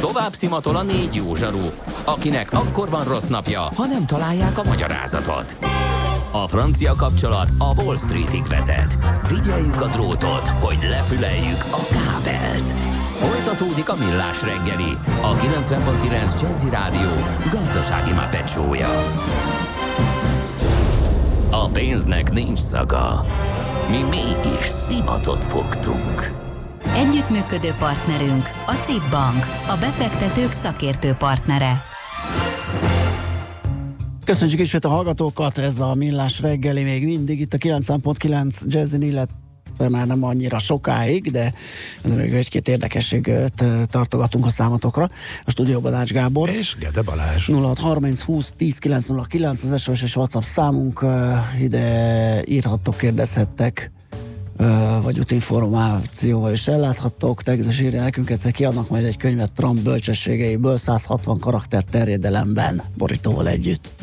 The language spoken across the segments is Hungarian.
Tovább szimatol a 4 jó zsaru, akinek akkor van rossz napja, ha nem találják a magyarázatot. A francia kapcsolat a Wall Streetig vezet. Figyeljük a drótot, hogy lefüleljük a kábelt. Folytatódik a Millás reggeli, a 90.9 Jazzy Rádió gazdasági mápecsója. A pénznek nincs szaga. Mi mégis szimatot fogtunk. Együttműködő partnerünk a CIP Bank, a befektetők szakértő partnere. Köszönjük ismét a hallgatókat, ez a Millás reggeli még mindig itt a 90.9 Jazzin, illetve már nem annyira sokáig, de ez még egy-két érdekességet tartogatunk a számotokra. A stúdióban Ács Gábor és Gede Balázs. 0630 20 10 909 az SOS és WhatsApp számunk, ide írhattok, kérdezhettek, vagy útinformációval is elláthattok. Tegzes írja nekünk, egyszer kiadnak majd egy könyvet Trump bölcsességeiből 160 karakter terjedelemben, borítóval együtt.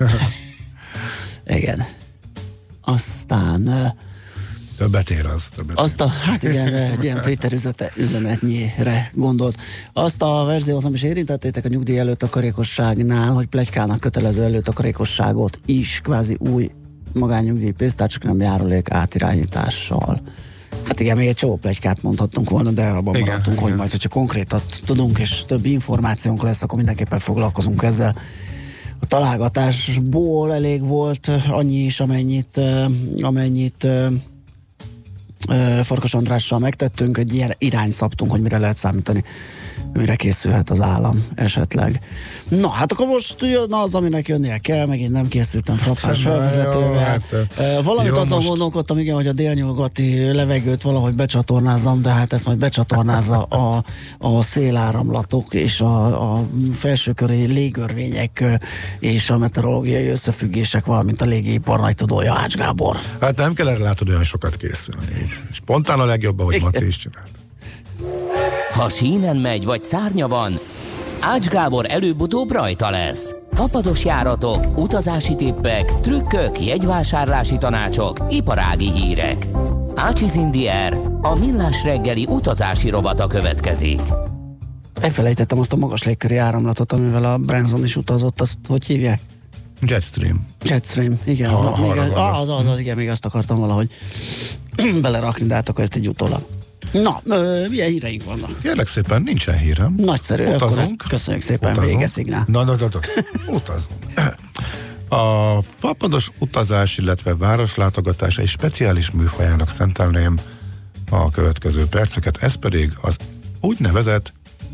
Igen. Aztán többet ér az. Hát igen, egy ilyen Twitter üzenetnyire gondolt. Azt a verziót nem is érintettétek a nyugdíj előtakarékosságnál, hogy pletykálnak kötelező előtakarékosságot is, kvázi új magánnyugdíj pénztár, csak nem járulék átirányítással. Hát igen, még egy csomó pletykát mondhattunk volna, de abban maradtunk, hogy majd, hogyha konkrétat tudunk, és több információnk lesz, akkor mindenképpen foglalkozunk ezzel. A találgatásból elég volt annyi is, amennyit Farkas Andrással megtettünk, egy ilyen irányt szabtunk, hogy mire lehet számítani, mire készülhet az állam esetleg. Na, hát akkor most jön az, aminek jönnie kell, megint nem készültem frappás felvezetővel. Valamit azon gondolkodtam, igen, hogy a délnyugati levegőt valahogy becsatornázzam, de hát ezt majd becsatornázza a széláramlatok és a felsőköri légörvények és a meteorológiai összefüggések, valamint a légipar nagy tudója, Ács Gábor. Hát nem kell erre látod olyan sokat készülni. Spontán a legjobb, ahogy Maci is csinált. Ha sínen megy, vagy szárnya van, Ács Gábor előbb-utóbb rajta lesz. Fapados járatok, utazási tippek, trükkök, jegyvásárlási tanácsok, iparági hírek. Ácsiz Indiér, a Millás reggeli utazási rovata következik. Elfelejtettem azt a magas légköri áramlatot, amivel a Branson is utazott, azt hogy hívják? Jetstream, igen. Igen, még azt akartam valahogy belerakni, de hát akkor ezt így utólag. Na, milyen híreink vannak? Kérlek szépen, nincsen hírem. Nagyszerű, akkor ezt köszönjük szépen, vége szignál. Utazunk. A fapados utazás, illetve városlátogatás egy speciális műfajának szentelném a következő perceket, ez pedig az úgynevezett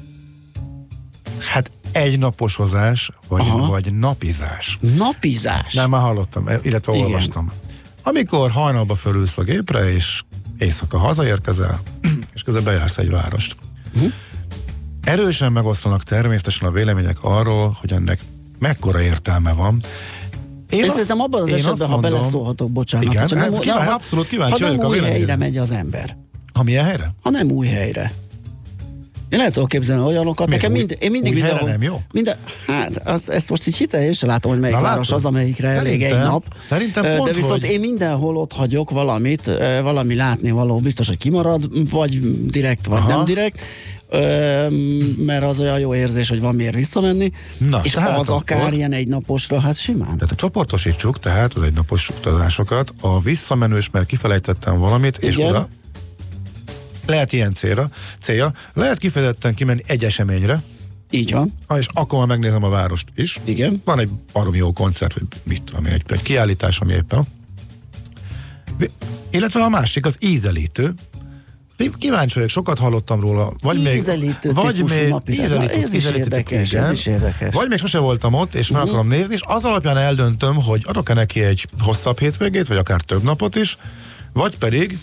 egynaposozás, vagy napizás. Napizás? Nem, már hallottam, illetve olvastam. Amikor hajnalba fölülsz a gépre, és éjszaka hazaérkezel, és közben bejársz egy várost. Erősen megosztanak természetesen a vélemények arról, hogy ennek mekkora értelme van. Én szerintem abban az esetben, ha beleszólhatok, bocsánat. Igen, abszolút kíváncsi vagyok a véleményre. Ha nem új helyre megy az ember. Ha milyen helyre? Ha nem új helyre. Én el tudok képzelni olyanokat, nekem én mindig mindenhol... nem jó? Ezt most így hitelesen látom, hogy melyik város az, amelyikre elég egy nap. Szerintem pont, de viszont én mindenhol ott hagyok valami látnivaló, biztos, hogy kimarad, vagy direkt, vagy nem direkt, mert az olyan jó érzés, hogy van miért visszamenni, és az akár ilyen egynaposra, hát simán. Tehát csoportosítsuk tehát az egynapos utazásokat, a visszamenős, mert kifelejtettem valamit, és oda lehet ilyen célja. Lehet kifejezetten kimenni egy eseményre. Így van. És akkor már megnézem a várost is. Igen. Van egy baromi jó koncert, vagy mit tudom én, egy kiállítás, ami éppen. Illetve a másik, az ízelítő. Kíváncsi vagyok, sokat hallottam róla. Ízelítő típusú napizás. Ez is érdekes. Vagy még sose voltam ott, és meg akarom nézni, és az alapján eldöntöm, hogy adok-e neki egy hosszabb hétvégét, vagy akár több napot is, vagy pedig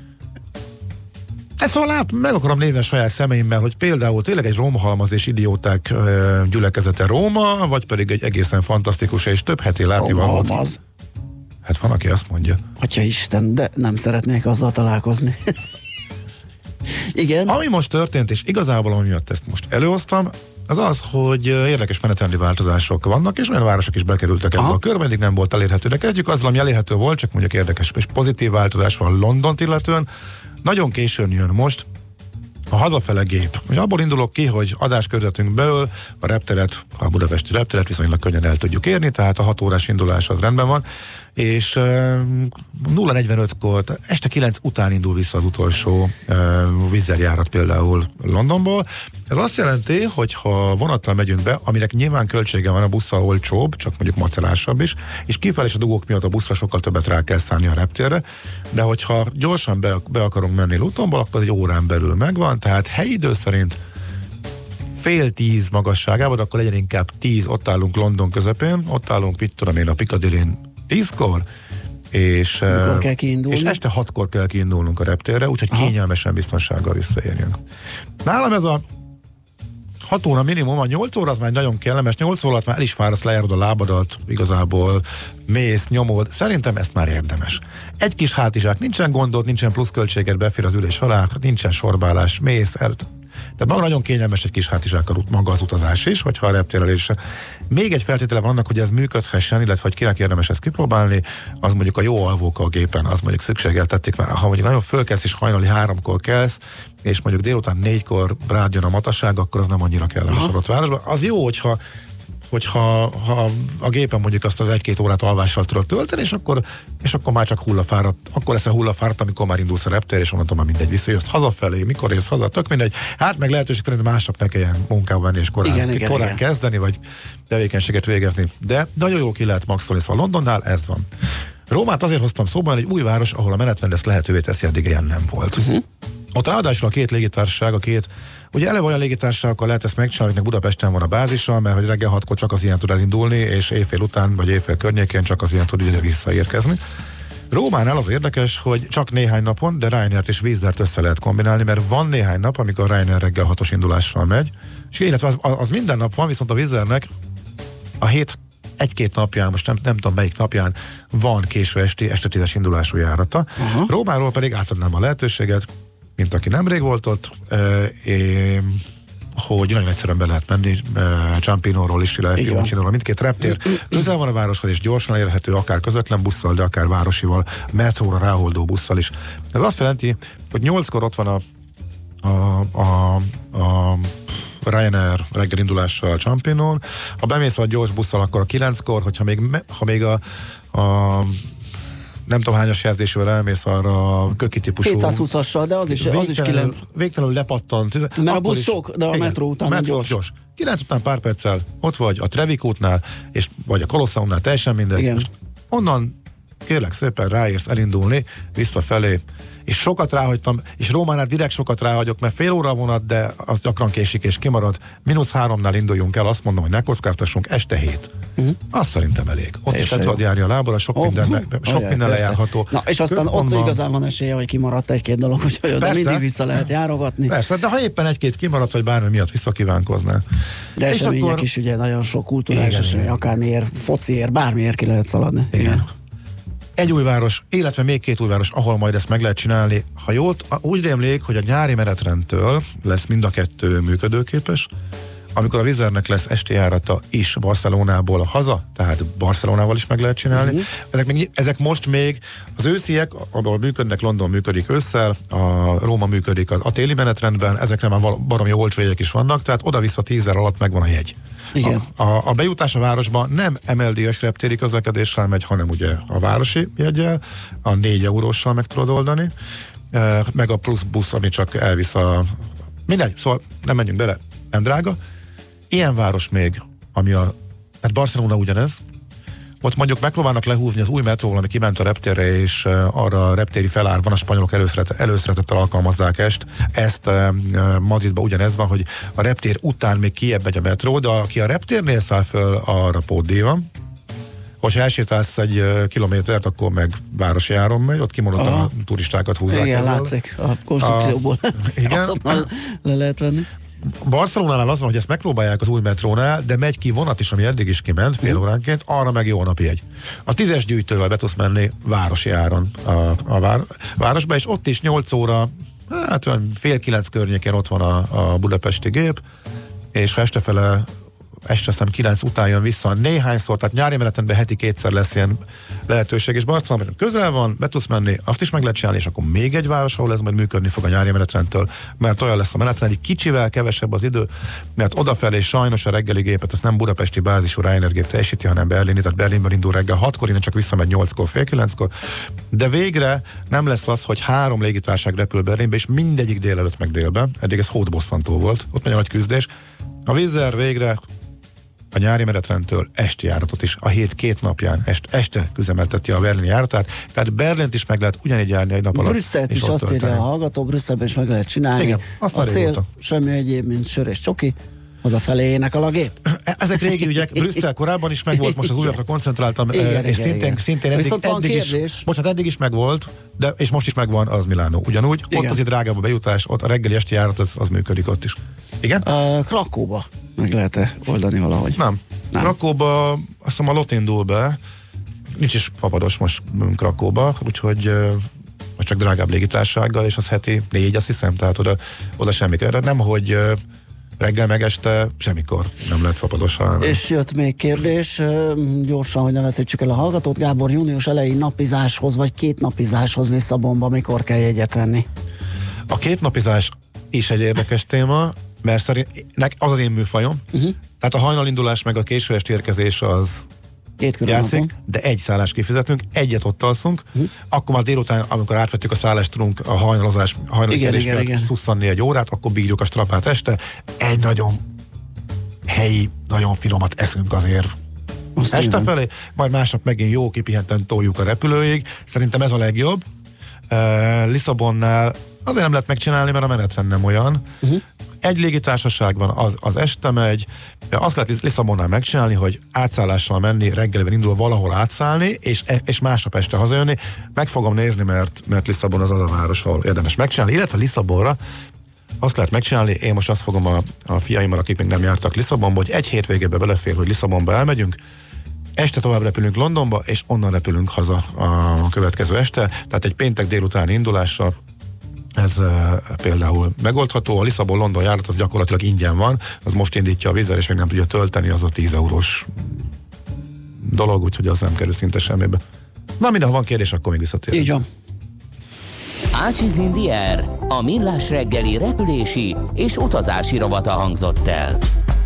szóval meg akarom nézni a saját szemeimmel, hogy például tényleg egy romhalmaz és idióták gyülekezete Róma, vagy pedig egy egészen fantasztikus és több heti látnivaló. Hát van, aki azt mondja. Atya Isten, de nem szeretnék azzal találkozni. Igen. Ami most történt, és igazából ami miatt ezt most előhoztam, az az, hogy érdekes menetrendi változások vannak, és olyan városok is bekerültek ebbe a körbe, eddig nem volt elérhető. De kezdjük azzal, ami elérhető volt, csak mondjuk érdekes és pozitív változás van Londont illetően. Nagyon későn jön most a hazafele gép. És abból indulok ki, hogy adáskörzetünkből a repteret, a budapesti repteret viszonylag könnyen el tudjuk érni, tehát a 6 órás indulás az rendben van, és 0:45-kor, este 9 után indul vissza az utolsó Wizz Air járat például Londonból. Ez azt jelenti, hogy ha vonattal megyünk be, aminek nyilván költsége van, a busszal olcsóbb, csak mondjuk macerásabb is, és kifelé a dugók miatt a buszra sokkal többet rá kell szállni a reptérre, de hogyha gyorsan be akarunk menni Lutonból, akkor az egy órán belül megvan, tehát helyi idő szerint 9:30 magasságában, akkor legyen inkább 10, ott állunk London közepén, ott állunk, mit tudom én, a Piccadillyn 10-kor, és este 6-kor kell kiindulnunk a reptérre, úgyhogy kényelmesen, biztonsággal visszaérjünk. Nálam ez a 6 óra minimum, a 8 óra az már nagyon kellemes, 8 óra alatt már el is fárasz, lejárod a lábadat, igazából mész, nyomod, szerintem ezt már érdemes. Egy kis hátizsák, nincsen gondod, nincsen pluszköltséged, befér az ülés alá, nincsen sorbálás, mész el. Tehát maga nagyon kényelmes egy kis hátizsákkal maga az utazás is, hogyha a reptérelésre. Még egy feltétele van annak, hogy ez működhessen, illetve hogy kinek érdemes ezt kipróbálni, az mondjuk a jó alvók a gépen, az mondjuk szükségeltették, mert ha mondjuk nagyon fölkelsz és hajnali 3-kor kelsz, és mondjuk délután 4-kor rád jön a mataság, akkor az nem annyira kellemes adott városban. Az jó, hogyha a gépen mondjuk azt az 1-2 órát alvással tudod tölteni, és akkor már csak hullafáradt, akkor leszel hullafáradt, amikor már indulsz a reptér, és onnantól már mindegy, visszajössz hazafelé, mikor érsz haza, tök mindegy. Hát meg lehetőség szerint másnap ne kelljen munkába menni, és korán kezdeni, vagy tevékenységet végezni. De nagyon jól ki lehet maxolni, szóval Londonnál ez van. Rómát azért hoztam szóban, egy új város, ahol a menetrend ezt lehetővé teszi, eddig ilyen nem volt. Ott ráadásul a 2 légitársaság, ugye eleve olyan légitársaságokkal lehet ezt megcsinálni, hogy Budapesten van a bázisa, mert hogy reggel 6-kor csak az ilyen tud elindulni, és éjfél után, vagy éjfél környékén csak az ilyen tud ide visszaérkezni. Rómánál az érdekes, hogy csak néhány napon, de Ryanair-t és Wizz Air-t össze lehet kombinálni, mert van néhány nap, amikor a Ryanair reggel 6-os indulással megy, és illetve az minden nap van, viszont a Wizz Air-nek a hét 1-2 napján, most nem tudom melyik napján van késő este 10-es indulású járata. Rómáról pedig átadnám a lehetőséget, mint aki nemrég volt ott, hogy nagyon egyszerűen be lehet menni Ciampinóról is, Fiumicinoról, mindkét reptér. Közel van a városhoz, és gyorsan elérhető, akár közvetlen busszal, de akár városival, metróra ráholdó busszal is. Ez azt jelenti, hogy 8-kor ott van a Ryanair reggel Ciampinón, ha bemész a gyors busszal, akkor a 9-kor, ha még a nem tudom hányas jelzésvel elmész arra a köki típusú... 220-assal, de az is 9. Végtelenül lepattant. Mert a busz sok, de a metró után gyors. 9 után pár perccel ott vagy a Trevi útnál, vagy a Kolosseumnál, teljesen mindegy. Most onnan kérlek szépen ráérsz elindulni, visszafelé, és sokat ráhagytam, és Rómánál direkt sokat ráhagyok, mert fél óra vonat, de az gyakran késik és kimarad. -3-nál induljunk el, azt mondom, hogy ne kockáztassunk, este 7. Azt szerintem elég. Ott is le tudod járni a lábra, sok minden lejárható. Na, és aztán ott igazán van esélye, hogy kimaradt 1-2 dolog, úgyhogy oda mindig vissza lehet járogatni. Persze, de ha éppen 1-2 kimaradt, vagy bármi miatt visszakívánkozná. De események is ugye nagyon sok kulturális esemény, akármiért, fociért, bármiért ki lehet szaladni. Igen. Egy új város, illetve még 2 új város, ahol majd ezt meg lehet csinálni. Ha jól, úgy rémlik, hogy a nyári menetrendtől lesz mind a 2 működőképes, amikor a Wizz Airnek lesz esti járata is Barcelonából haza, tehát Barcelonával is meg lehet csinálni. Ezek most még az ősziek, abból működnek, London működik ősszel, a Róma működik a téli menetrendben, ezekre már baromi olcsó jegyek is vannak, tehát oda-vissza 10 000 alatt megvan a jegy. Igen. A bejutás a városba nem MLD-es reptéri közlekedéssel megy, hanem ugye a városi jeggyel, a 4 euróssal meg tudod oldani, meg a plusz busz, ami csak elvisz mindegy, szóval nem menjünk bele, nem drága. Ilyen város még, hát Barcelona ugyanez, ott mondjuk megpróbálnak lehúzni az új metróval, ami kiment a reptérre, és arra a reptéri felár van, a spanyolok előszeretettel alkalmazzák ezt Madridban ugyanez van, hogy a reptér után még kijebb megy a metró, de aki a reptérnél száll föl, arra pótdíj van. Hogyha elsétálsz 1 kilométert, akkor meg városi áron megy, ott kimondottan a turistákat húzzák. Igen, látszik a konstrukcióból. Igen. Le lehet venni. Barcelonánál az van, hogy ezt megpróbálják az új metrónál, de megy ki vonat is, ami eddig is kiment fél óránként, arra meg jó napi jegy. A 10-es gyűjtővel be tudsz menni városi áron a városba, és ott is 8 óra, hát fél 9 környékén ott van a budapesti gép, és ha estefele este szem 9 után jön vissza néhányszor, tehát nyári menetrendben heti 2-szer lesz ilyen lehetőség, és Barcelona közel van, be tudsz menni, azt is meg lehet csinálni, és akkor még egy város, ahol ez majd működni fog a nyári menetrendtől, mert olyan lesz a menetrend, egy kicsivel kevesebb az idő, mert odafelé sajnos a reggeli gépet, ez nem budapesti bázisú Ryanair gép teljesíti, hanem berlini, tehát Berlinből indul reggel 6-kor, innen csak visszamegy 8-kor, fél 9-kor, de végre nem lesz az, hogy 3 légitársaság repül Berlinbe, és mindegyik délelőtt meg délben, eddig ez hódbosszantó volt, ott megy a nagy küzdés. A Wizz Air végre a nyári menetrendtől esti járatot is a hét 2 napján este üzemelteti a berlini járatát, tehát Berlint is meg lehet ugyanígy járni egy nap alatt. Brüsszelt is azt írja a hallgató, Brüsszelben is meg lehet csinálni. Igen, a cél régóta. Semmi egyéb, mint sör és csoki, hazafelé énekel a gép. Ezek régi ügyek, Brüsszel korábban is megvolt, most az újakra koncentráltam, és szintén eddig is megvolt, de és most is megvan az Milánó. Ugyanúgy, igen. Ott azért drágább a bejutás, ott a reggeli esti járat az működik ott is. Igen? Krakóba meg lehet-e oldani valahogy? Nem. Krakóba, azt hiszem a LOT indul be, nincs is fapados most Krakóba, úgyhogy most csak drágább légitársasággal, és az heti 4, azt hiszem, tehát oda semmikor. Nem, hogy reggel meg este semmikor nem lehet fapadosan. És jött még kérdés, gyorsan, hogy ne veszítsük el a hallgatót. Gábor, június elejé napizáshoz, vagy 2 napizáshoz Lisszabonba mikor kell jegyet venni? A 2 napizás is egy érdekes téma, mert szerintem az én műfajom. Tehát a hajnalindulás meg a késő esti érkezés az 2 játszik, de egy szállást kifizetünk, egyet ott alszunk, akkor már délután, amikor átvettük a szállást, tudunk a hajnali kerés miatt szusszanni egy órát, akkor bígyjuk a strapát este. Egy nagyon helyi, nagyon finomat eszünk azért este felé, majd másnap megint jó kipihenten toljuk a repülőig. Szerintem ez a legjobb. Lisszabonnál azért nem lehet megcsinálni, mert a menetrend nem olyan. Egy légitársaság van, az este megy. Azt lehet Lisszabonnál megcsinálni, hogy átszállással menni, reggeliben indul valahol átszállni, és másnap este hazajönni. Meg fogom nézni, mert Lisszabon az a város, ahol érdemes megcsinálni. Illetve Lisszabonra azt lehet megcsinálni, én most azt fogom a fiaimmal, akik még nem jártak Lisszabonba, hogy egy hétvégébe belefér, hogy Lisszabonba elmegyünk, este tovább repülünk Londonba, és onnan repülünk haza a következő este. Tehát egy péntek délutáni indulással ez például megoldható. A Lisszabon-London járat az gyakorlatilag ingyen van, az most indítja a Wizz Air, és még nem tudja tölteni, az a 10 eurós dolog, úgyhogy az nem kerül szinte semmibe. Na, minden, ha van kérdés, akkor még visszatérünk. Így van. Ácsiz in the Air, a millás reggeli repülési és utazási rovata hangzott el.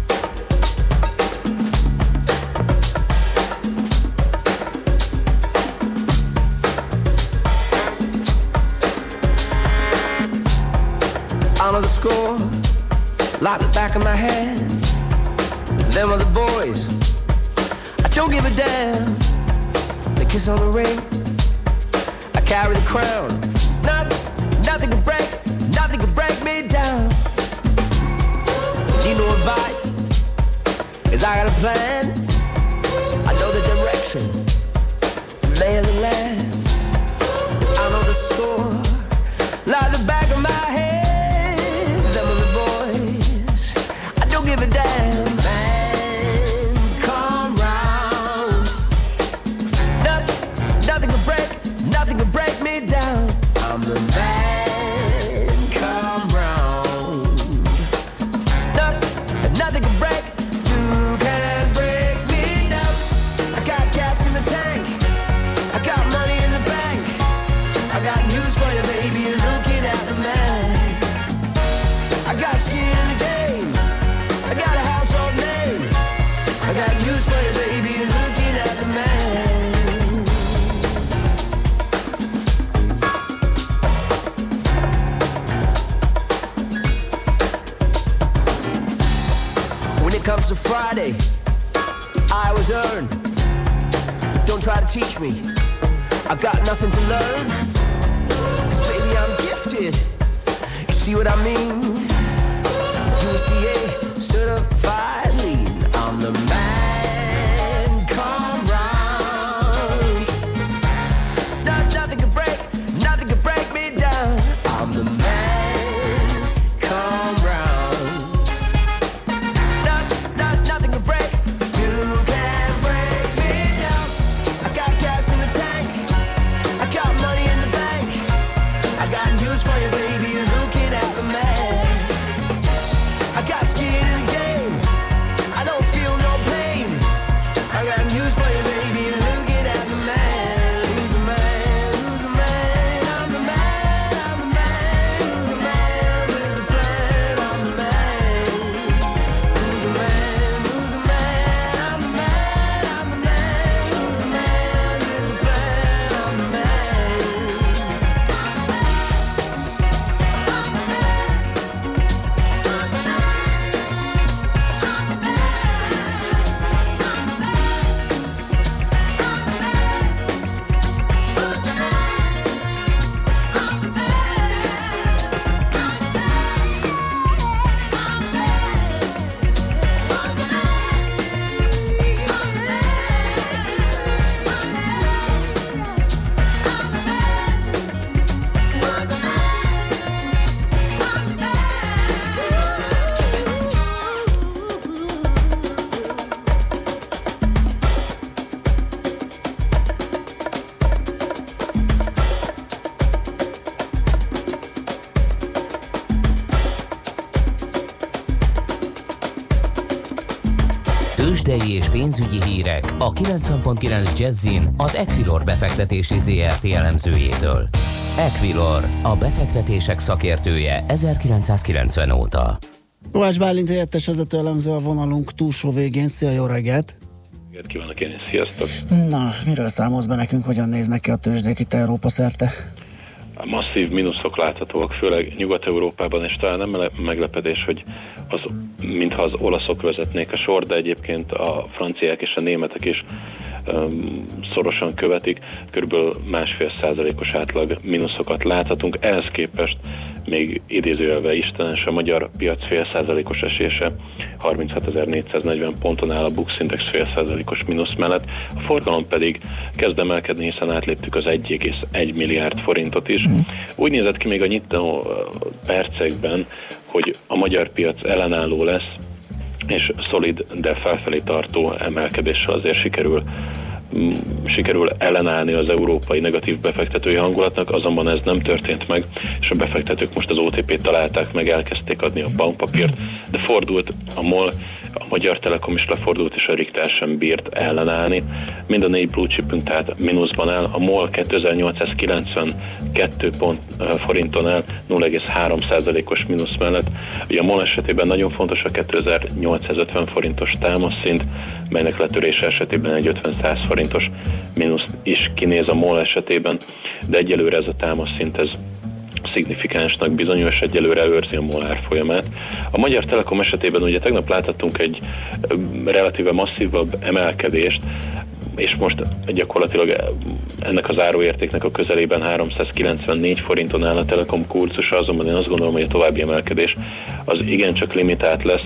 I know the score like the back of my hand. Them are the boys, I don't give a damn. They kiss on the ring, I carry the crown. Nothing can break me down. Need no advice, 'cause I got a plan. I know the direction, the lay of the land. 'Cause I know the score like the back of my head. Give a damn. Man, come round. Nothing can break me down. I'm the man, come round. Nothing can break, you can't break me down. I got gas in the tank, I got money in the bank. I got news for you, baby, you're looking at the man. I got skin in the game, I got a household name. I got news for you, baby, you're looking at the man. When it comes to Friday, I always earn. Don't try to teach me, I got nothing to learn. 'Cause baby, I'm gifted, you see what I mean? USDA certified lean. I'm the man, come round. Nothing can break me down. I'm the man, come round. Nothing can break, you can't break me down. I got gas in the tank, I got money in the bank. I got news for you, baby, you're looking at the man. I got skin Tőzsdei és pénzügyi hírek a 90.9 Jazzin az Equilor befektetési ZRT elemzőjétől. Equilor, a befektetések szakértője 1990 óta. Kovács Bálint helyettes vezető elemző a vonalunk túlsó végén. Szia, jó reggelt! Kívánok én is, sziasztok! Na, miről számolsz be nekünk, hogyan néznek ki a tőzsdék itt Európa szerte? A masszív mínuszok láthatóak, főleg Nyugat-Európában, és talán nem meglepedés, hogy mintha az olaszok vezetnék a sor, de egyébként a franciák és a németek is szorosan követik, körülbelül 1,5%-os átlag mínuszokat láthatunk, ehhez képest még idézőjelve istenes a magyar piac fél százalékos esése, 36.440 ponton áll a Bux Index fél százalékos mínusz mellett, a forgalom pedig kezd emelkedni, hiszen átléptük az 1,1 milliárd forintot is. Úgy nézett ki még a nyitó percekben, hogy a magyar piac ellenálló lesz, és szolid, de felfelé tartó emelkedéssel azért sikerül ellenállni az európai negatív befektetői hangulatnak, azonban ez nem történt meg, és a befektetők most az OTP-t találták meg, elkezdték adni a bankpapírt, de fordult a MOL, a Magyar Telekom is lefordult, és a Richter sem bírt ellenállni. Mind a 4 blue chipünk tehát mínuszban áll, a MOL 2892 forinton áll, 0,3%-os mínusz mellett. Ugye a MOL esetében nagyon fontos a 2850 forintos támaszszint, melynek letörése esetében egy 50-100 forintos mínusz is kinéz a MOL esetében, de egyelőre ez a támaszszint ez szignifikánsnak bizonyos, egyelőre őrzi a MOL árfolyamát. A Magyar Telekom esetében ugye tegnap láthattunk egy relatíve masszívabb emelkedést, és most gyakorlatilag ennek az áróértéknek a közelében 394 forinton áll a Telekom kurzusa, azonban én azt gondolom, hogy a további emelkedés az igencsak limitált lesz,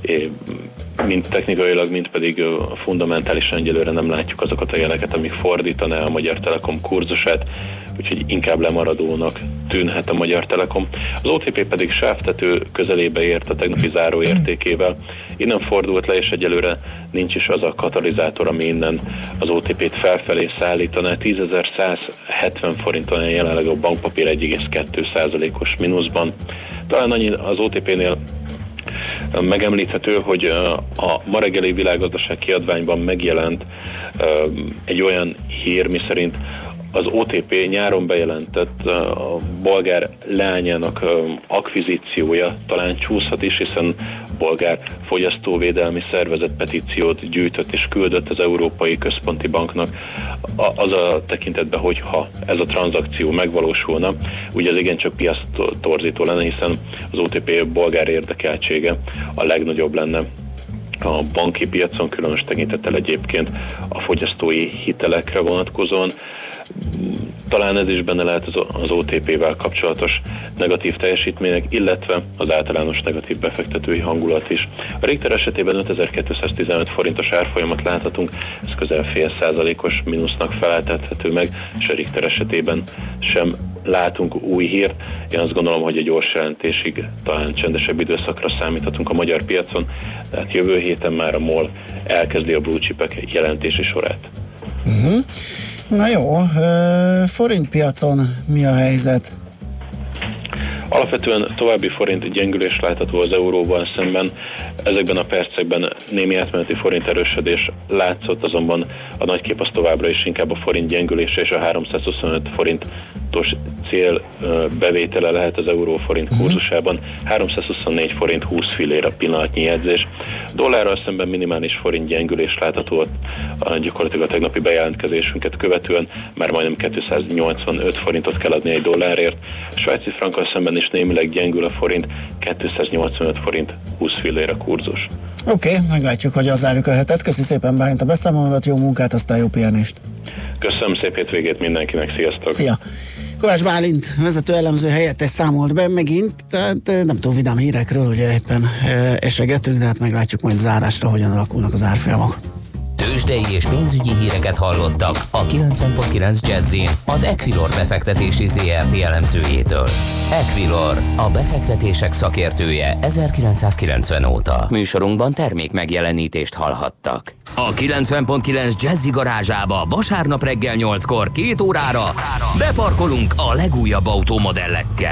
mind technikailag, mind pedig fundamentálisan egyelőre nem látjuk azokat a jeleket, amik fordítaná a Magyar Telekom kurzusát, úgyhogy inkább lemaradónak tűnhet a Magyar Telekom. Az OTP pedig sávtető közelébe ért a tegnapi záróértékével. Innen fordult le, és egyelőre nincs is az a katalizátor, ami innen az OTP-t felfelé szállítaná. 10.170 forinton jelenleg a bankpapír 1,2%-os mínuszban. Talán annyi az OTP-nél megemlíthető, hogy a ma reggeli világgazdaság kiadványban megjelent egy olyan hír, miszerint az OTP nyáron bejelentett a bolgár leányának akvizíciója talán csúszhat is, hiszen a bolgár fogyasztóvédelmi szervezet petíciót gyűjtött és küldött az Európai Központi Banknak az a tekintetben, hogyha ez a tranzakció megvalósulna, ugye ez igencsak piac torzító lenne, hiszen az OTP bolgár érdekeltsége a legnagyobb lenne a banki piacon, különös tekintettel egyébként a fogyasztói hitelekre vonatkozóan. Talán ez is benne lehet az OTP-vel kapcsolatos negatív teljesítmények, illetve az általános negatív befektetői hangulat is. A Richter esetében 5215 forintos árfolyamat láthatunk, ez közel fél százalékos mínusznak feleltethető meg, és a Richter esetében sem látunk új hírt. Én azt gondolom, hogy a gyors jelentésig talán csendesebb időszakra számíthatunk a magyar piacon, tehát jövő héten már a MOL elkezdi a blue chipek jelentési sorát. Na jó, forintpiacon mi a helyzet? Alapvetően további forint gyengülés látható az euróval szemben. Ezekben a percekben némi átmeneti forint erősödés látszott, azonban a nagy kép az továbbra is inkább a forint gyengülése és a 325 forintos cél bevétele lehet az euró-forint kurzusában. 324 forint 20 fillér a pillanatnyi jegyzés. Dollárral szemben minimális forint gyengülés látható, gyakorlatilag a tegnapi bejelentkezésünket követően már majdnem 285 forintot kell adni egy dollárért. A svájci frankkal szemben is némileg gyengül a forint, 285 forint 20 fillér a kurzus. Oké, meglátjuk, hogy az zárjuk a hetet. Köszi szépen Bálint a beszámolódat, jó munkát, aztán jó pihenést. Köszönöm, szép hétvégét mindenkinek, sziasztok! Szia! Kovács Bálint, vezető elemző helyettes számolt be megint, tehát nem tudom, vidám hírekről, ugye éppen esegetünk, de hát meglátjuk majd zárásra, hogyan alakulnak az árfolyamok. Tőzsdei és pénzügyi híreket hallottak a 90.9 Jazzin az Equilor befektetési ZRT elemzőjétől. Equilor, a befektetések szakértője 1990 óta. Műsorunkban termék megjelenítést hallhattak. A 90.9 Jazzy garázsába vasárnap reggel 8-kor 2 órára beparkolunk a legújabb autómodellekkel.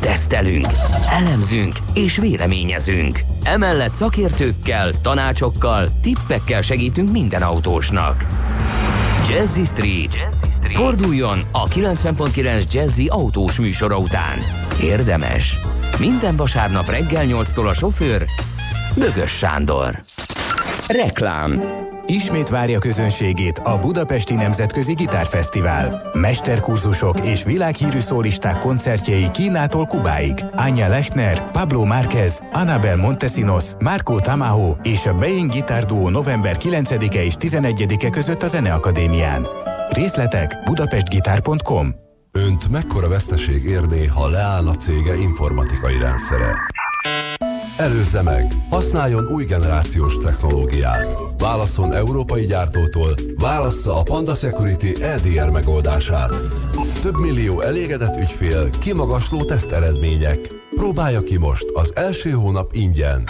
tesztelünk, elemzünk és véleményezünk. Emellett szakértőkkel, tanácsokkal, tippekkel segítünk minden autósnak. Jazzy Street. Forduljon a 90.9 Jazzy autós műsora után. Érdemes. Minden vasárnap reggel 8-tól a sofőr Bögös Sándor. Reklám. Ismét várja közönségét a Budapesti Nemzetközi Gitárfesztivál. Mesterkurzusok és világhírű szólisták koncertjei Kínától Kubáig. Anya Lechner, Pablo Márquez, Anabel Montesinos, Marco Tamayo és a Being Guitar Duo november 9-e és 11-e között a Zeneakadémián. Részletek budapestgitár.com. Önt mekkora veszteség érné, ha leállna cége informatikai rendszere? Előzze meg! Használjon új generációs technológiát! Válasszon európai gyártótól, válassza a Panda Security EDR megoldását. Több millió elégedett ügyfél, kimagasló teszteredmények. Próbálja ki most az első hónap ingyen.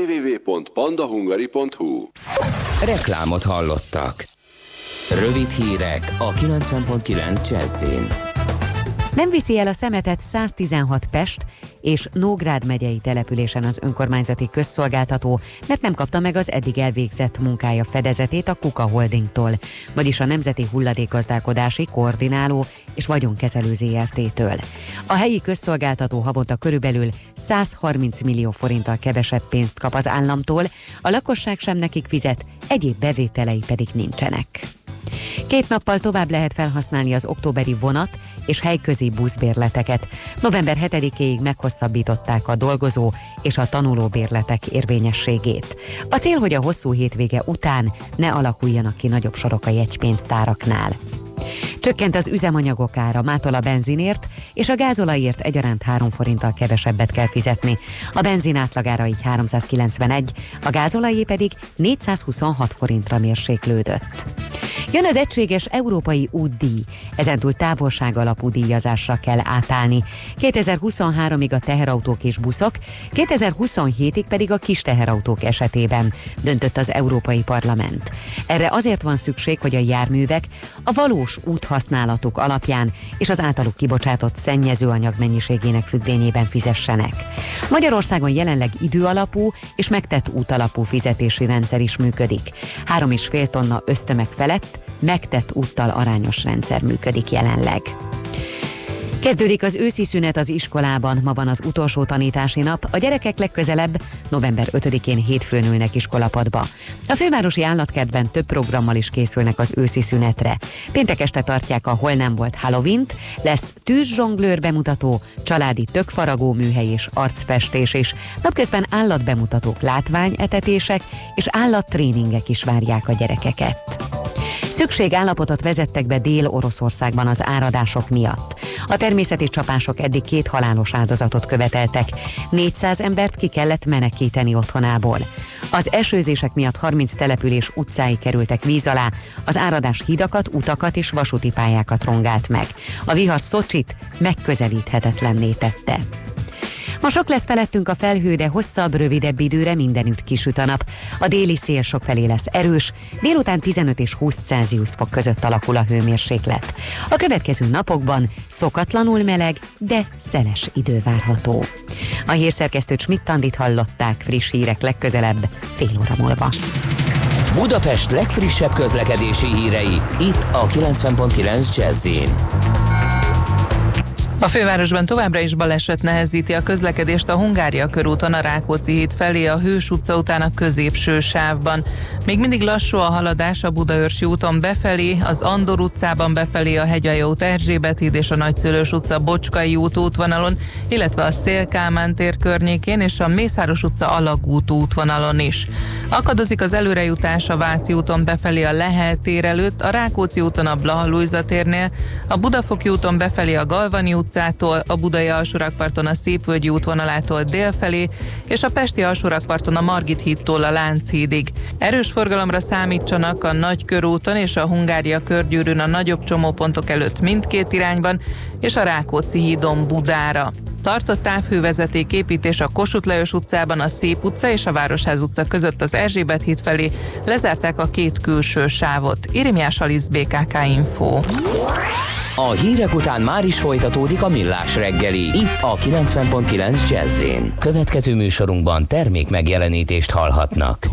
www.pandahungary.hu. Reklámot hallottak. Rövid hírek a 90.9 Jazzyn. Nem viszi el a szemetet 116 Pest és Nógrád megyei településen az önkormányzati közszolgáltató, mert nem kapta meg az eddig elvégzett munkája fedezetét a Kuka Holdingtól, vagyis a Nemzeti Hulladékgazdálkodási, Koordináló és Vagyonkezelő ZRT-től. A helyi közszolgáltató havonta körülbelül 130 millió forinttal kevesebb pénzt kap az államtól, a lakosság sem nekik fizet, egyéb bevételei pedig nincsenek. 2 nappal tovább lehet felhasználni az októberi vonat és helyközi buszbérleteket. November 7-éig meghosszabbították a dolgozó és a tanulóbérletek érvényességét. A cél, hogy a hosszú hétvége után ne alakuljanak ki nagyobb sorok a jegypénztáraknál. Csökkent az üzemanyagok ára, mától a benzinért és a gázolajért egyaránt 3 forinttal kevesebbet kell fizetni. A benzin átlagára így 391, a gázolajé pedig 426 forintra mérséklődött. Jön az egységes európai útdíj, ezentúl távolság alapú díjazásra kell átállni. 2023-ig a teherautók és buszok, 2027-ig pedig a kis teherautók esetében, döntött az Európai Parlament. Erre azért van szükség, hogy a járművek a valós úthasználatuk alapján és az általuk kibocsátott szennyezőanyag mennyiségének függvényében fizessenek. Magyarországon jelenleg időalapú és megtett útalapú fizetési rendszer is működik. 3,5 tonna ösztömeg felett megtett úttal arányos rendszer működik jelenleg. Kezdődik az őszi szünet az iskolában, ma van az utolsó tanítási nap, a gyerekek legközelebb november 5-én hétfőn ülnek iskolapadba. A fővárosi állatkertben több programmal is készülnek az őszi szünetre. Péntek este tartják a Hol nem volt Halloween-t, lesz tűzzsonglőr bemutató, családi tökfaragó műhely és arcfestés is. Napközben állatbemutatók, látványetetések és állattréningek is várják a gyerekeket. Szükségállapotot vezettek be Dél-Oroszországban az áradások miatt. A természeti csapások eddig 2 halálos áldozatot követeltek. 400 embert ki kellett menekíteni otthonából. Az esőzések miatt 30 település utcái kerültek víz alá, az áradás hidakat, utakat és vasúti pályákat rongált meg. A vihar Szocsit megközelíthetetlenné tette. Ma sok lesz felettünk a felhő, de hosszabb, rövidebb időre mindenütt kisüt a nap. A déli szél sokfelé lesz erős, délután 15 és 20 Celsius fok között alakul a hőmérséklet. A következő napokban szokatlanul meleg, de szeles idő várható. A hírszerkesztő Schmidt-Tandit hallották, friss hírek legközelebb fél óra múlva. Budapest legfrissebb közlekedési hírei, itt a 90.9 Jazz-in. A fővárosban továbbra is baleset nehezíti a közlekedést a Hungária körúton a Rákóczi híd felé a Hős utca után a középső sávban. Még mindig lassú a haladás a Budaörsi úton befelé, az Andor utcában befelé a Hegyalja út Erzsébet híd és a Nagyszülős utca Bocskai út útvonalon, illetve a Széll-Kálmán tér környékén és a Mészáros utca Alagút útvonalon is. Akadozik az előrejutás a Váci úton befelé a Lehel tér előtt, a Rákóczi úton a Blaha Lujza térnél, a Budafoki úton befelé a Galvani utcától, a Budai alsórakparton a Szépvölgyi útvonalától délfelé, és a Pesti alsórakparton a Margit hídtól a Lánchídig. Erős forgalomra számítsanak a Nagykörúton és a Hungária körgyűrűn a nagyobb csomópontok előtt mindkét irányban, és a Rákóczi hídon Budára. Tart a távhővezeték építés a Kossuth Lajos utcában, a Szép utca és a Városház utca között az Erzsébet híd felé, lezárták a 2 külső sávot. Irimiás Alisz, BKK Info. A hírek után már is folytatódik a Millás reggeli, itt a 90.9 Jazz-in. Következő műsorunkban termék megjelenítést hallhatnak.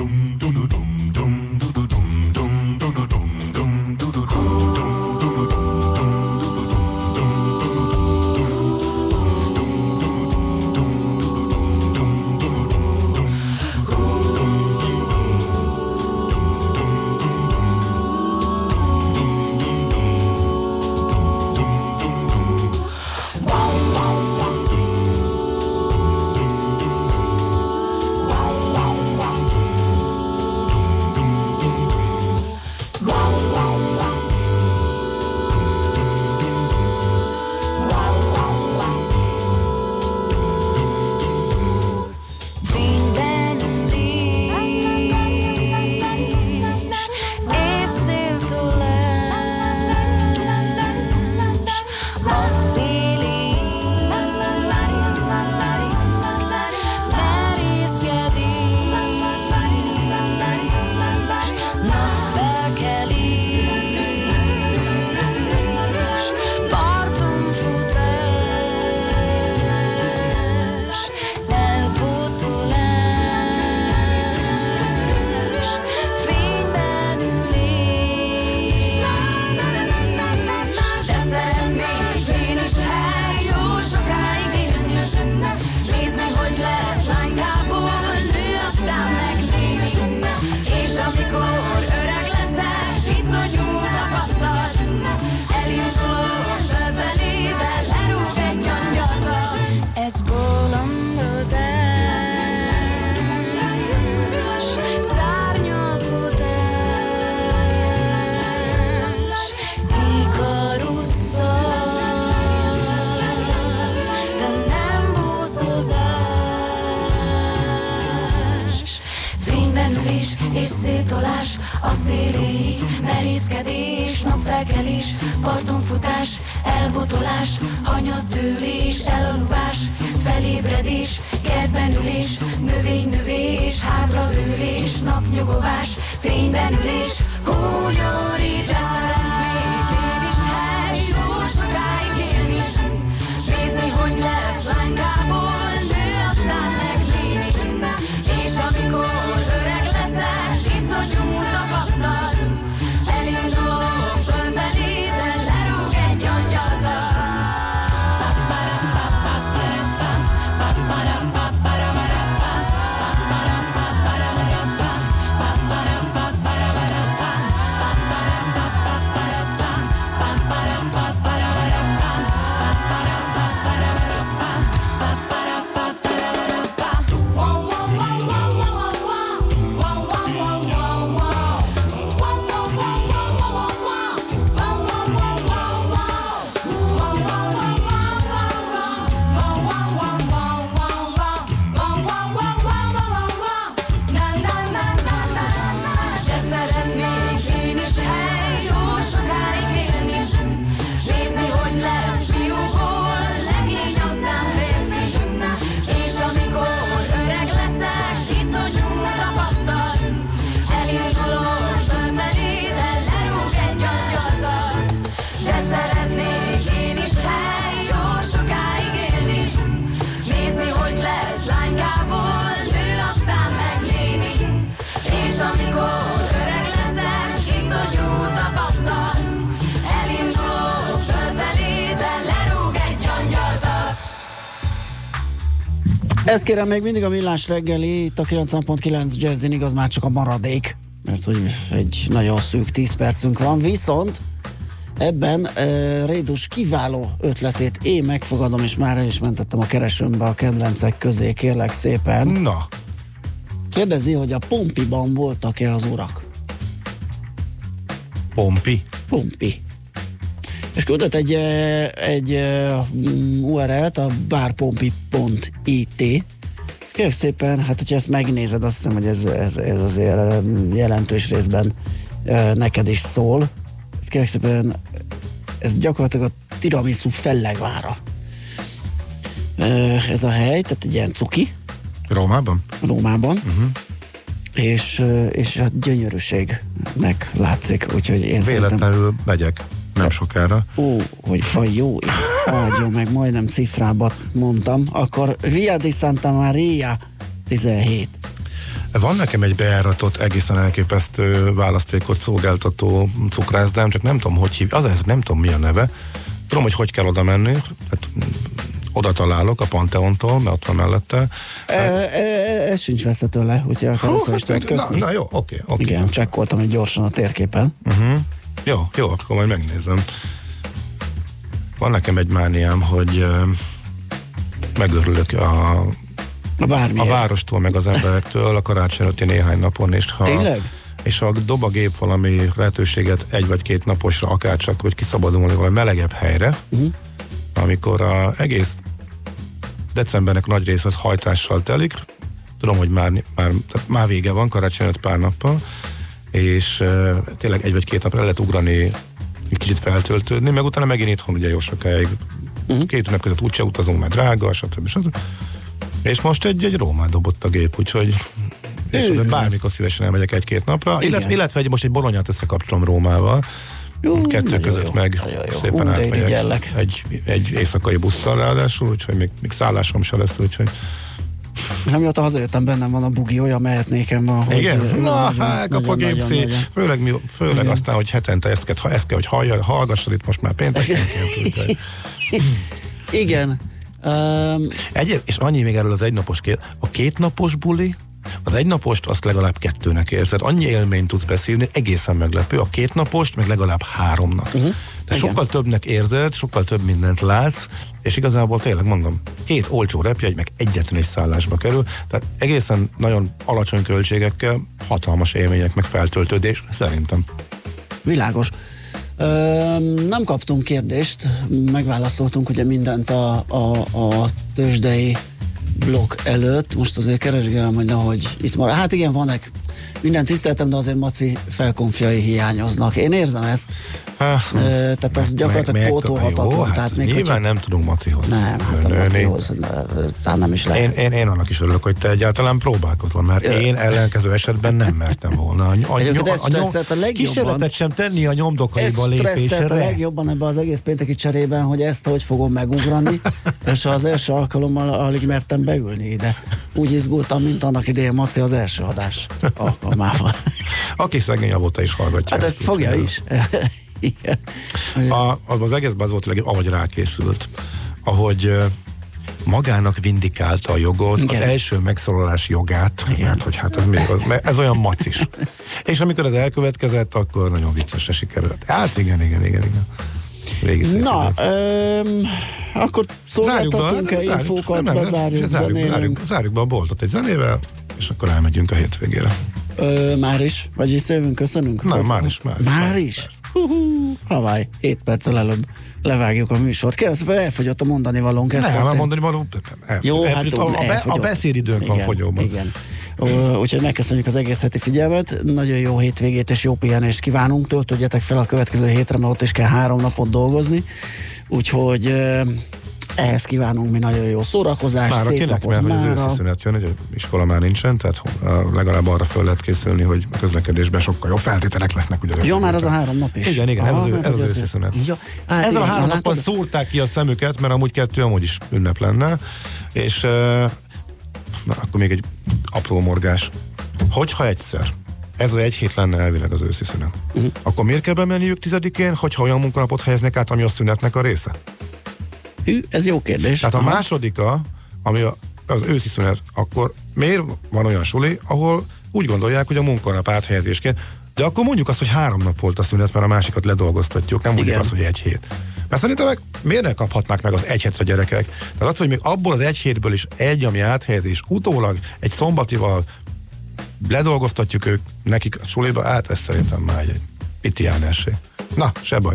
és szétolás, a széléig merészkedés, napfelkelés, parton futás, elbotolás, hanyattőlés, elaluvás, felébredés, kertben ülés, növénynövés, hátradőlés, napnyugovás, fényben ülés, húgyorítás, én is hely, jó sokáig élni, nézni, hogy lesz lánykából, nő, aztán meg néni, és amikor öreg leszel, iszonyú tapasztalt, elindulok fölfelé, de lerúg egy angyaltal. Ez kérem még mindig a Millás reggeli, itt a 90.9 Jazzin, igaz, már csak a maradék, mert hogy egy nagyon szűk 10 percünk van, viszont ebben Rédus kiváló ötletét én megfogadom, és már el is mentettem a keresőmbe a kedvencek közé, kérlek szépen. Na. Kérdezi, hogy a Pompiban voltak-e az urak? Pompi? Pompi. És küldött egy URL-t, a barpompi.it. Kérlek szépen, hát hogyha ezt megnézed, azt hiszem, hogy ez azért jelentős részben neked is szól. Ez kérlek szépen, ez gyakorlatilag a tiramisu fellegvára. Ez a hely, tehát egy ilyen cuki. Rómában? Rómában. És hát gyönyörűségnek látszik, úgyhogy én véletlenül megyek nem sokára. Hogy a jó, áldjon meg, majdnem cifrába mondtam, akkor Via di Santa Maria 17. Van nekem egy bejáratott, egészen elképesztő választékot szolgáltató cukrászdám, csak nem tudom, hogy hívja. Az nem tudom, mi a neve. Tudom, hogy kell oda menni. Hát, oda találok a Panteontól, mert ott van mellette. Ez sincs messze tőle, úgyhogy akar össze is tudod kötni. Na jó, oké. Igen, csekkoltam egy gyorsan a térképen. Jó, akkor majd megnézem. Van nekem egy mániám, hogy megörülök a várostól, meg az emberektől a karácsony előtti néhány napon, és ha dob a gép valami lehetőséget 1 vagy 2 naposra, akár csak, hogy kiszabadulni valami melegebb helyre, amikor az egész decembernek nagy rész az hajtással telik, tudom, hogy már vége van, karácsony előtt pár nappal, és tényleg 1 vagy 2 napra el lehet ugrani, egy kicsit feltöltődni, meg utána megint itthon ugye jó sokáig. 2 ünnep között úgyse utazunk, már drága, stb. És most egy Rómát dobott a gép, úgyhogy és bármikor szívesen elmegyek 1-2 napra, illetve most egy Bolonyát összekapcsolom Rómával, 2 között jó. Meg jó. Szépen átmegyek egy éjszakai busszal ráadásul, úgyhogy még szállásom se lesz, úgyhogy Amióta hazajöttem, bennem van a bugi, olyan mehetnékem van, hogy... Igen? Kap a gépszé. Főleg aztán, hogy hetente ezt kell, hogy hallgassad itt most már péntekenként. Igen. És annyi még erről az egynapos a 2 napos buli, az egynapost azt legalább 2-nek érzed. Annyi élményt tudsz beszélni, egészen meglepő. A 2 napost meg legalább 3-nak. De sokkal többnek érzed, sokkal több mindent látsz, és igazából tényleg mondom, 2 olcsó repjegy, meg egyetlen egy szállásba kerül, tehát egészen nagyon alacsony költségekkel hatalmas élmények, meg feltöltődés, szerintem. Világos. Nem kaptunk kérdést, megválaszoltunk ugye mindent a tőzsdei blokk előtt, most azért keresgélem, hogy nehogy itt marad. Hát igen, vannak. Minden tiszteltem, de azért Maci felkonfjai hiányoznak. Én érzem ezt. Tehát az gyakorlatilag pótolhatatlan. Hát nyilván nem tudunk Macihoz. Nem, hát a Macihoz talán nem is lehet. Én annak is örülök, hogy te egyáltalán próbálkozol, mert én ellenkező esetben nem mertem volna. A kísérletet sem tenni a nyomdokaiba lépésre. A legjobban ebben az egész pénteki cserében, hogy ezt hogy fogom megugrani, és az első alkalommal alig mertem beülni ide. Úgy izgultam, mint annak idején Maci az első adás alkalmával. Aki szegény avóta is hallgatja. Hát ezt fogja is. Igen. Az egészben az volt, hogy ahogy rákészült, ahogy magának vindikálta a jogot, igen. Az első megszólalás jogát, igen. Mert hogy hát ez olyan macis. És amikor ez elkövetkezett, akkor nagyon viccesre sikerült. Hát igen. Na, akkor szolgáltatunk-e infókat, zárjuk be a boltot egy zenével, és akkor elmegyünk a hétvégére. Már is? Vagyis szövünk, köszönünk? Nem, már is. Hawaii, 7 perccel előbb levágjuk a műsort. Kérem szépen, elfogyott a mondani valónk. Nem, mondani való. Jó, hát a beszédidőnk van fogyóban. Igen. Úgyhogy megköszönjük az egész heti figyelmet. Nagyon jó hétvégét és jó pihenést kívánunk. Töltődjetek fel a következő hétre, mert ott is kell 3 napot dolgozni. Úgyhogy ehhez kívánunk mi nagyon jó szórakozást, már szép napot mára. Hogy az őszi szünet jön, hogy iskola már nincsen, tehát legalább arra föl lehet készülni, hogy a közlekedésben sokkal jobb feltételek lesznek. Ugye ja, már az a 3 nap is. Igen, ez az őszi szünet. Ja, ezzel a 3 napon szúrták ki a szemüket, mert amúgy 2 amúgy is ünnep lenne, és na, akkor még egy apró morgás. Hogyha egyszer ez az 1 hét lenne elvileg az őszi szünet, akkor miért kell bemenniük 10-én, hogyha olyan munkanapot helyeznek át, ami a szünetnek a része? Ez jó kérdés. Tehát a másodika, ami az őszi szünet, akkor miért van olyan suli, ahol úgy gondolják, hogy a munkanap áthelyezésként, de akkor mondjuk azt, hogy 3 nap volt a szünet, mert a másikat ledolgoztatjuk, nem mondjuk azt, hogy 1 hét. Mert szerintem meg miért ne kaphatnák meg az 1 hétre gyerekek? Tehát az, hogy még abból az 1 hétből is egy, ami áthelyezés, utólag egy szombatival ledolgoztatjuk nekik a suliba, hát ez szerintem már egy pitiánerség. Na, se baj.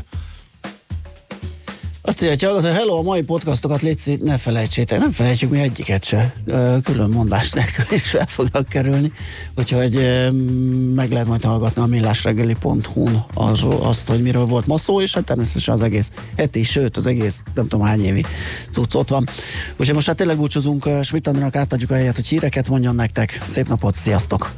Azt mondja, hogy hello, a mai podcastokat légy, ne felejtsétek, nem felejtjük mi egyiket se, külön mondás nélkül is fel fognak kerülni, úgyhogy meg lehet majd hallgatni a millásreggeli.hu-n azt, hogy miről volt ma szó, és hát természetesen az egész heti, sőt az egész nem tudom hány évi cucc ott van. Úgyhogy most hát tényleg búcsúzunk, Schmidt Andrának átadjuk a helyet, hogy híreket mondjon nektek, szép napot, sziasztok!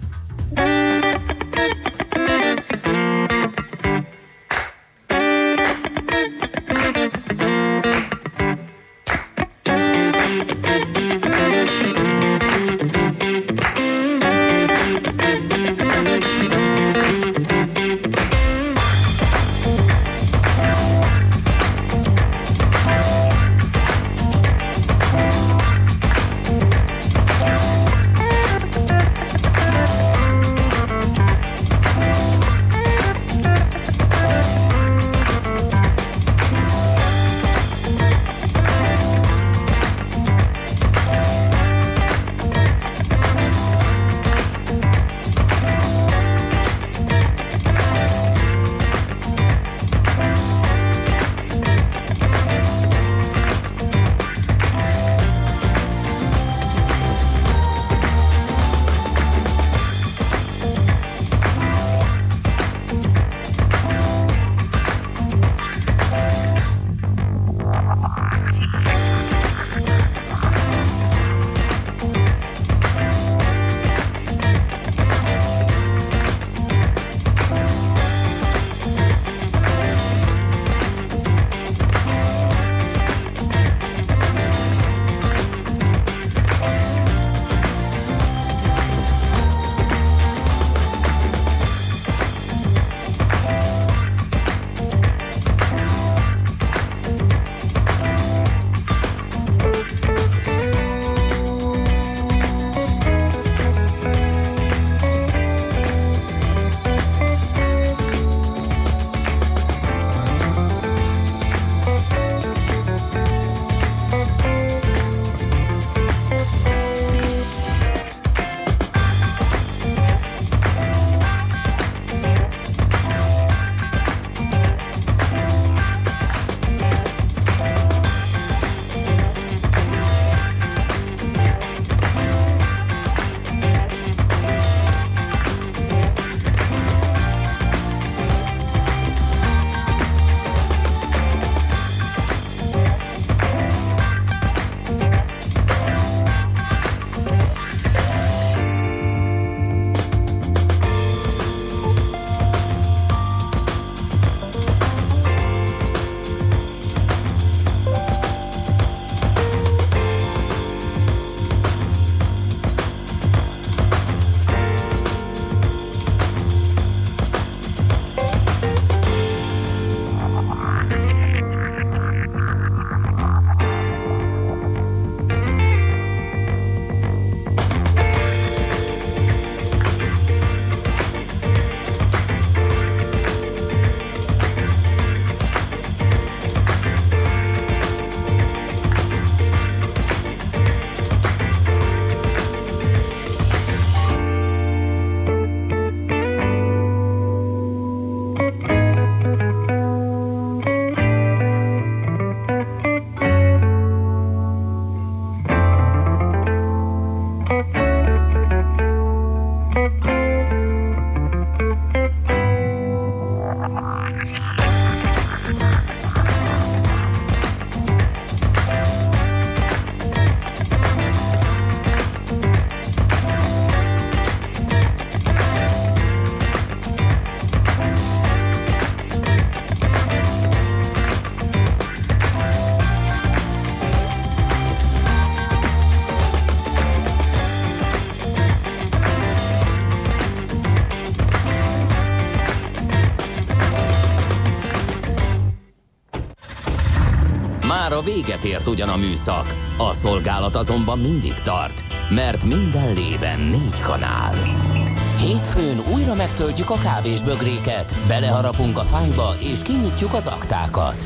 Mára véget ért ugyan a műszak, a szolgálat azonban mindig tart, mert minden lében 4 kanál. Hétfőn újra megtöltjük a kávésbögréket, beleharapunk a fányba és kinyitjuk az aktákat.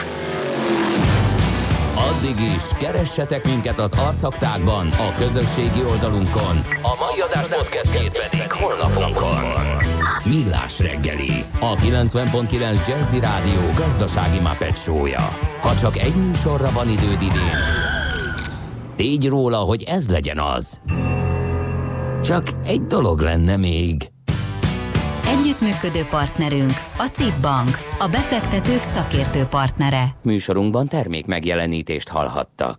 Addig is keressetek minket az arcaktákban, a közösségi oldalunkon, a mai adás podcastjét pedig honlapunkon. Millás reggeli, a 90.9 Jazzy Rádió gazdasági Muppet show-ja. Ha csak egy műsorra van időd idén, tégy róla, hogy ez legyen az. Csak egy dolog lenne még. Együttműködő partnerünk a CIP Bank, a befektetők szakértő partnere. Műsorunkban termék megjelenítést hallhattak.